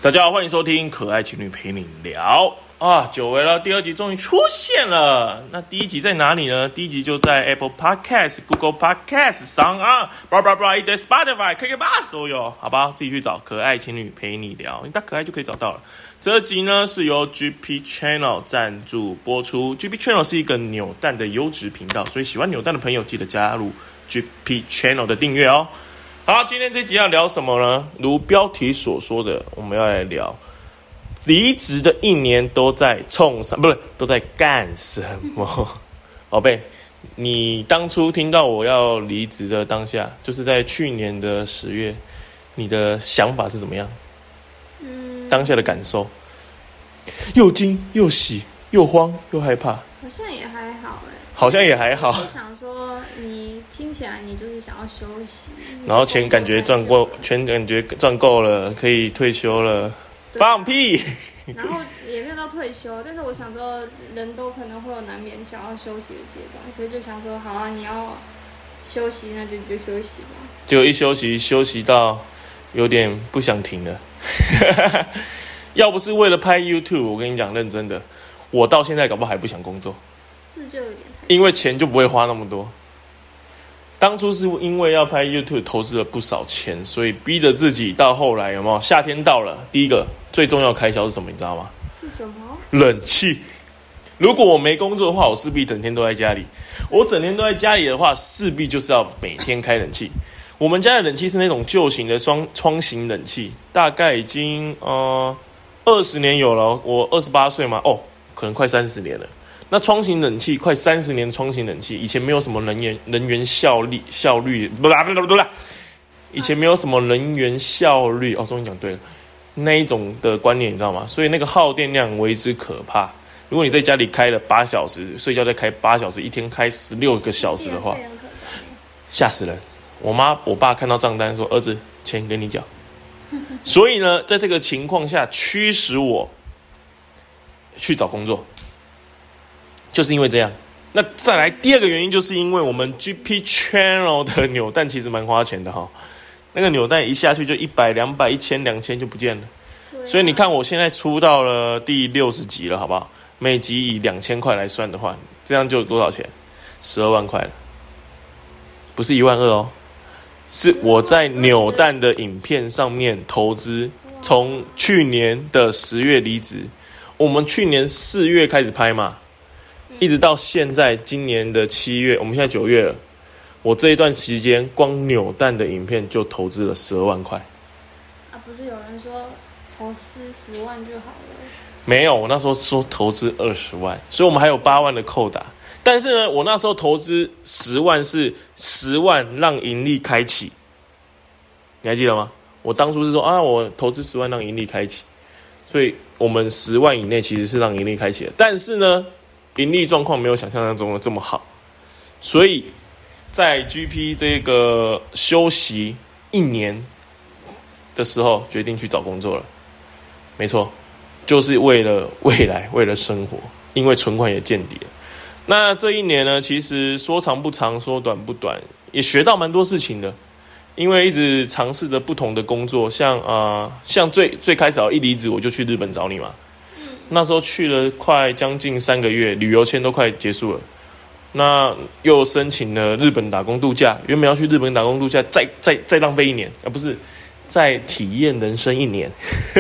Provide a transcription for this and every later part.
大家好，欢迎收听可爱情侣陪你聊啊！久违了，第二集终于出现了。那第一集在哪里呢？第一集就在 Apple Podcast、Google Podcast、SoundOn、一堆 Spotify、KKBOX 都有，好吧？自己去找可爱情侣陪你聊，你打可爱就可以找到了。这集呢是由 GP Channel 赞助播出。GP Channel 是一个扭蛋的优质频道，所以喜欢扭蛋的朋友记得加入 GP Channel 的订阅哦。好，今天这集要聊什么呢？如标题所说的，我们要来聊离职的一年都在冲啥，不是都在干什么？宝贝，你当初听到我要离职的当下，就是在去年的10月，你的想法是怎么样？当下的感受，又惊又喜又慌又害怕， 好像也还好好像也还好。 我想说，你听起来你就是想要休息， 然后钱感觉赚够，感觉赚够了，可以退休了。放屁！ 然后也没有到退休，但是我想说，人都可能会有难免想要休息的阶段，所以就想说，好啊，你要休息，那就休息吧。 结果一休息到有点不想停了。要不是为了拍 YouTube， 我跟你讲，认真的，我到现在搞不好还不想工作。 这就有点太， 因为钱就不会花那么多。当初是因为要拍 YouTube 投资了不少钱，所以逼着自己到后来有没有？夏天到了，第一个最重要的开销是什么？你知道吗？ 是什么？ 冷气。如果我没工作的话，我势必整天都在家里。我整天都在家里的话，势必就是要每天开冷气。我们家的冷气是那种旧型的窗型冷气，大概已经20年有了。我28岁嘛，可能快30年了。那窗型冷气快30年的窗型冷气，以前没有什么能源效率，以前没有什么能源效率终于讲对了，那一种的观念你知道吗？所以那个耗电量为之可怕。如果你在家里开了8小时，睡觉再开8小时，一天开16个小时的话，吓死人。我爸看到账单说：“儿子，钱给你缴。”所以呢，在这个情况下，驱使我去找工作。就是因为这样，那再来第二个原因，就是因为我们 GP Channel 的扭蛋其实蛮花钱的哈，那个扭蛋一下去就100、200、1000、2000就不见了，所以你看我现在出到了第60集了，好不好？每集以2000块来算的话，这样就有多少钱？12万块了，不是12000哦，是我在扭蛋的影片上面投资，从去年的10月离职，我们去年4月开始拍嘛。一直到现在，今年的7月，我们现在9月了。我这一段时间，光扭蛋的影片就投资了12万块。 不是有人说投资10万就好了？ 没有，我那时候说投资20万，所以我们还有8万的扣打。但是呢，我那时候投资10万是10万让盈利开启，你还记得吗？我当初是说我投资10万让盈利开启，所以我们10万以内其实是让盈利开启的。但是呢，盈利状况没有想象中的这么好，所以在 GP 这个休息1年的时候，决定去找工作了。没错，就是为了未来，为了生活，因为存款也见底了。那这1年呢，其实说长不长，说短不短，也学到蛮多事情的。因为一直尝试着不同的工作，像最开始一离职我就去日本找你嘛。那时候去了快将近3个月，旅游签都快结束了。那又申请了日本打工度假，原本要去日本打工度假，再浪费1年，不是，再体验人生1年。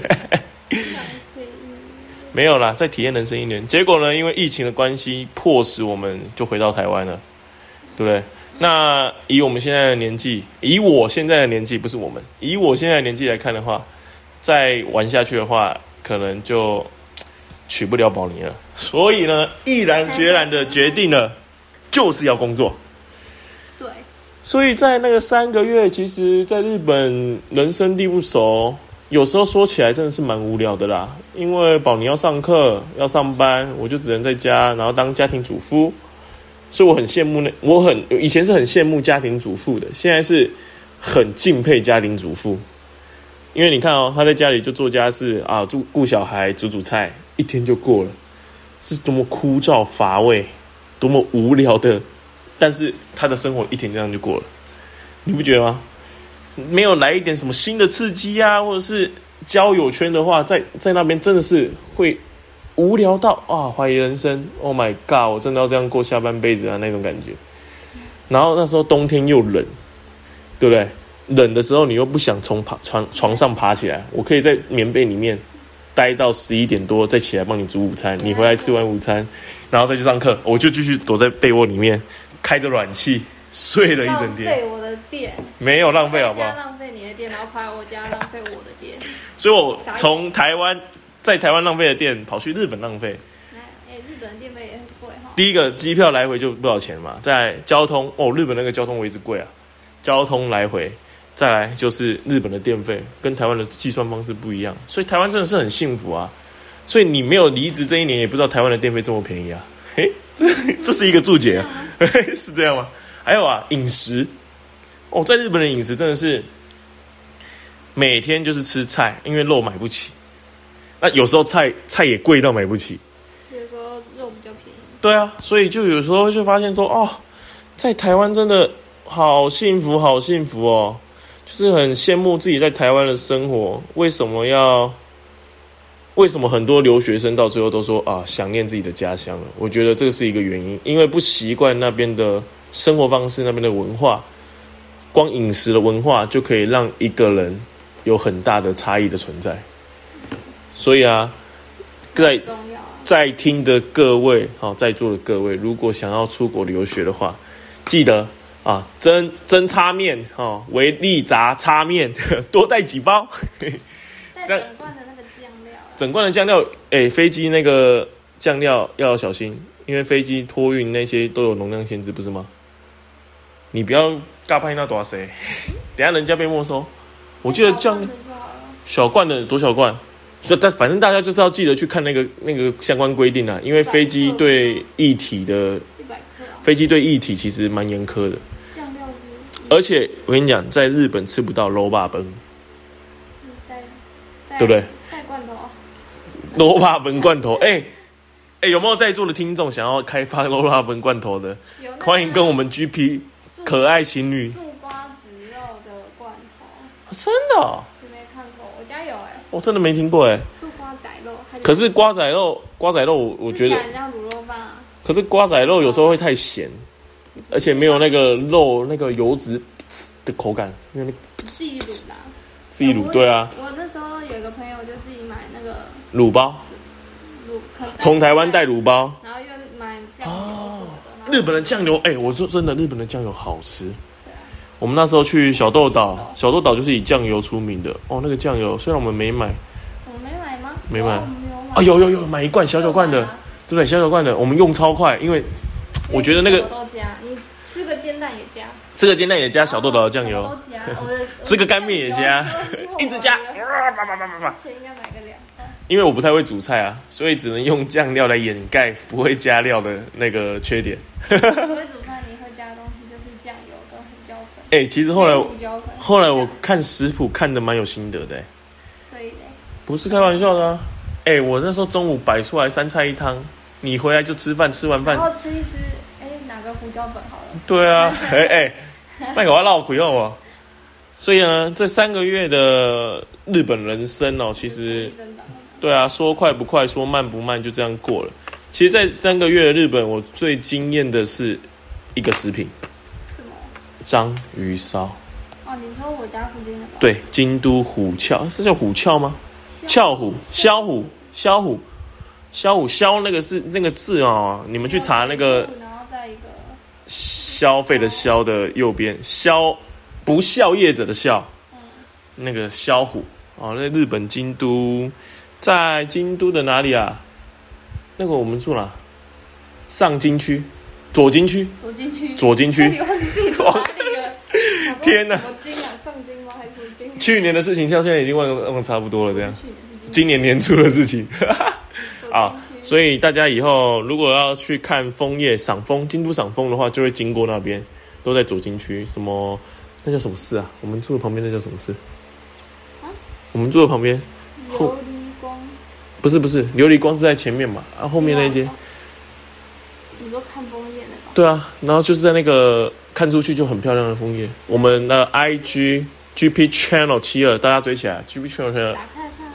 没有啦，再体验人生1年。结果呢，因为疫情的关系，迫使我们就回到台湾了，对不对？那以我现在的年纪，不是我们，以我现在的年纪来看的话，再玩下去的话，可能就娶不了宝妮了，所以呢，毅然决然的决定了，就是要工作。 对， 所以在那个3个月，其实在日本人生地不熟，有时候说起来真的是蛮无聊的啦。因为宝妮要上课要上班，我就只能在家，然后当家庭主妇。所以我很羡慕以前是很羡慕家庭主妇的，现在是很敬佩家庭主妇。因为你看他在家里就做家事顾小孩，煮菜，一天就过了，是多么枯燥乏味，多么无聊的，但是他的生活一天这样就过了，你不觉得吗？没有来一点什么新的刺激啊，或者是交友圈的话，在那边真的是会无聊到啊，怀疑人生。Oh my god， 我真的要这样过下半辈子啊那种感觉。然后那时候冬天又冷，对不对？冷的时候你又不想从床上爬起来，我可以在棉被里面待到11点多再起来帮你煮午餐，你回来吃完午餐，然后再去上课，我就继续躲在被窝里面开着暖气睡了一整天。 浪费我的电， 没有浪费好不好？ 浪费你的电，然后跑来我家浪费我的电。 所以我从在台湾浪费的电跑去日本浪费。 日本的电费也很贵哈。 第一个机票来回就不少钱嘛，再来交通日本那个交通我一直贵啊，交通来回。再来就是日本的电费跟台湾的计算方式不一样，所以台湾真的是很幸福啊。所以你没有离职这一年，也不知道台湾的电费这么便宜啊。这是一个注解啊，是这样吗？还有啊，饮食在日本的饮食真的是每天就是吃菜，因为肉买不起。那有时候菜也贵到买不起。 有时候肉比较便宜。 对啊，所以就有时候就发现说在台湾真的好幸福，好幸福哦。就是很羡慕自己在台湾的生活，为什么很多留学生到最后都说想念自己的家乡了？我觉得这个是一个原因，因为不习惯那边的生活方式，那边的文化，光饮食的文化就可以让一个人有很大的差异的存在。所以在听的各位，在座的各位，如果想要出国留学的话，记得蒸叉面维力炸叉面多带几包。 整罐的那个酱料， 整罐的酱料，飞机那个酱料要小心，因为飞机托运那些都有容量限制，不是吗？你不要尬拍那多谁，等一下人家被没收。我记得酱小罐的多小罐，反正大家就是要记得去看那个相关规定啊，因为飞机对液体其实蛮严苛的。而且我跟你讲，在日本吃不到肉霸崩，对不对？ 带罐头， 肉霸崩罐头，有没有在座的听众想要开发肉霸崩罐头的？欢迎跟我们 GP 可爱情侣。 素瓜子肉的罐头， 真的？ 你没看过？我家有我真的没听过素瓜仔肉， 可是瓜仔肉，我觉得， 像卤肉饭啊。 可是瓜仔肉有时候会太咸。而且没有那个肉那个油脂的口感，因为自己卤的， 自己卤，对啊。 我那时候有一个朋友就自己买那个卤包，从台湾带卤包， 然后又买酱油什么的。 日本的酱油，我说真的，日本的酱油好吃。我们那时候去小豆岛，小豆岛就是以酱油出名的那个酱油虽然我们没买， 我们没买吗？ 没买有买一罐小罐的，对不对？小罐的，我们用超快，因为我觉得那个都加，你吃个煎蛋也加， 吃个煎蛋也加小豆岛的酱油，吃个干面也加，一直加， 钱应该买个2袋。 因为我不太会煮菜啊，所以只能用酱料来掩盖不会加料的那个缺点。 不会煮饭，你会加的东西就是酱油跟胡椒粉。 其实后来我看食谱看得蛮有心得的。 所以呢？ 不是开玩笑的啊！我那时候中午摆出来3菜1汤，你回来就吃饭，吃完饭然后吃一吃，拿个胡椒粉好了。 对啊，那给我绕回好不？所以呢，这3个月的日本人生其实对啊，说快不快，说慢不慢，就这样过了。其实，在3个月的日本，我最惊艳的是一个食品， 什么？ 章鱼烧。 你说我家附近那个？ 对，京都虎鞘，是叫虎鞘吗？鞘虎，削虎，那个是那个字你们去查那个， 然后再一个消费的消的右边，不孝业者的孝，那个削虎那日本京都，在京都的哪里啊？那个我们住哪？上京区，左京区。天哪！ 上京吗？还是京？ 去年的事情，像现在已经忘差不多了，这样。今年年初的事情。所以大家以后如果要去看枫叶赏枫，京都赏枫的话，就会经过那边，都在左京区。什么？那叫什么寺啊？我们住的旁边那叫什么寺？我们住的旁边。 琉璃光。 不是，琉璃光是在前面嘛？后面那一间。 你说看枫叶那个？ 对啊，然后就是在那个看出去就很漂亮的枫叶。我们的 GP Channel 72，大家追起来 GP Channel 72。 打开看。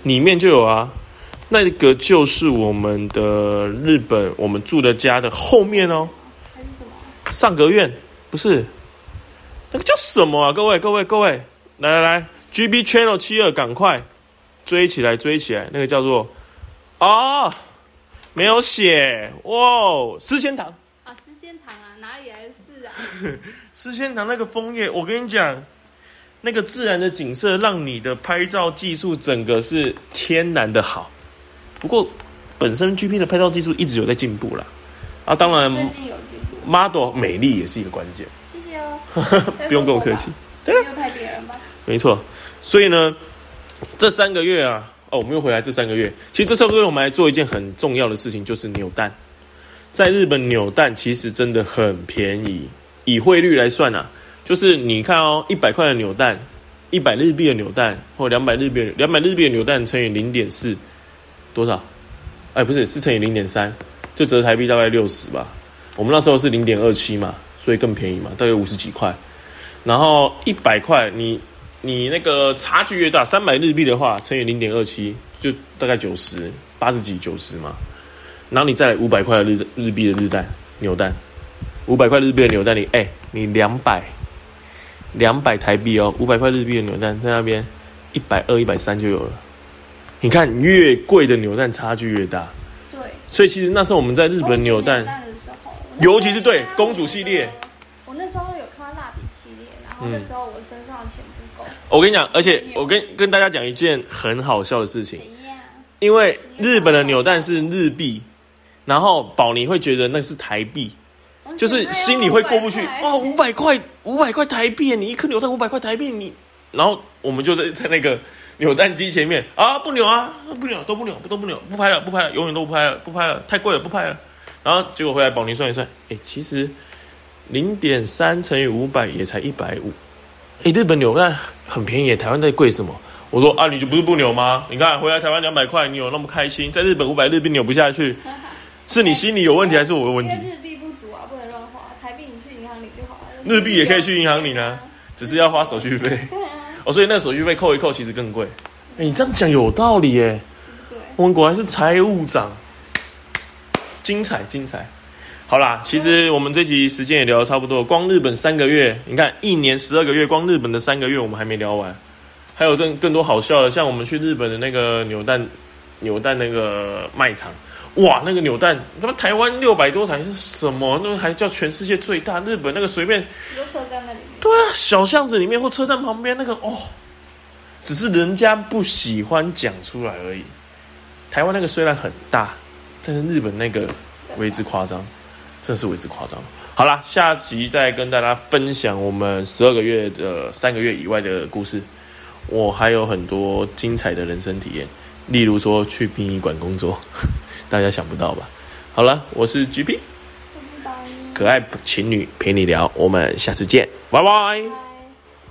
里面就有啊，那个就是我们的日本我们住的家的后面哦。 还是什么？ 上个院不是那个叫什么啊？各位，来 ，GB Channel 72，赶快追起来！那个叫做没有写哇，思仙堂啊，思仙堂啊，哪里来的寺啊？ 思仙堂那个枫叶，我跟你讲，那个自然的景色让你的拍照技术整个是天然的好。不过本身 GP 的拍照技术一直有在进步啦。啊，当然最近有进步 ，model 美丽也是一个关键。 谢谢哦， 不用跟我客气。 对，没有太别人吧？ 没错，所以呢，这3个月啊，我们又回来这3个月。其实这3个月我们来做一件很重要的事情，就是扭蛋。在日本扭蛋其实真的很便宜，以汇率来算啊，就是你看哦，100块的扭蛋，100日币的扭蛋，或200日币的扭蛋乘以0.4，多少？不是乘以0.3，就折台币大概60吧。我们那时候是0.27嘛，所以更便宜嘛，大概50几块。然后100块，你那个差距越大，300日币的话乘以0.27，就大概80几90嘛。然后你再来500块的日币的扭蛋，500块日币的扭蛋你200台币哦，500块日币的扭蛋在那边120、130就有了。你看越贵的扭蛋差距越大。 对。 所以其实那时候我们在日本扭蛋的时候， 尤其是对公主系列。 我那时候有看到蜡笔系列，然后那时候我身上的钱不够。 我跟你讲，而且我跟大家讲一件很好笑的事情， 怎样？ 因为日本的扭蛋是日币，然后宝妮会觉得那是台币，就是心里会过不去。哇，500块台币，你一颗扭蛋500块台币，然后我们就在那个扭蛋机前面不扭，都不扭，不拍了，永远都不拍了，太贵了，不拍了。然后结果回来宝妮算一算，其实0.3乘以500也才150。日本扭蛋很便宜，台湾在贵什么？我说你就不是不扭吗？你看回来台湾200块，你有那么开心？在日本500日币扭不下去，是你心里有问题还是我的问题？ 日币不足啊，不能乱花。台币你去银行领就好了。 日币也可以去银行领啊，只是要花手续费。 对啊。 所以那手续费扣一扣，其实更贵。你这样讲有道理耶。 对。 我们果然是财务长，精彩。好啦，其实我们这集时间也聊得差不多，光日本3个月，你看1年12个月，光日本的3个月我们还没聊完，还有更多好笑的，像我们去日本的那个扭蛋那个卖场，哇，那个扭蛋，他妈台湾600多台是什么？那还叫全世界最大，日本那个随便， 就车站那里面。 对啊，小巷子里面或车站旁边那个只是人家不喜欢讲出来而已。台湾那个虽然很大，但是日本那个为之夸张。真是为之夸张。好啦，下集再跟大家分享我们12个月的3个月以外的故事。我还有很多精彩的人生体验，例如说去殡仪馆工作，大家想不到吧？好了，我是 GP， 可爱情侣陪你聊，我们下次见，拜拜。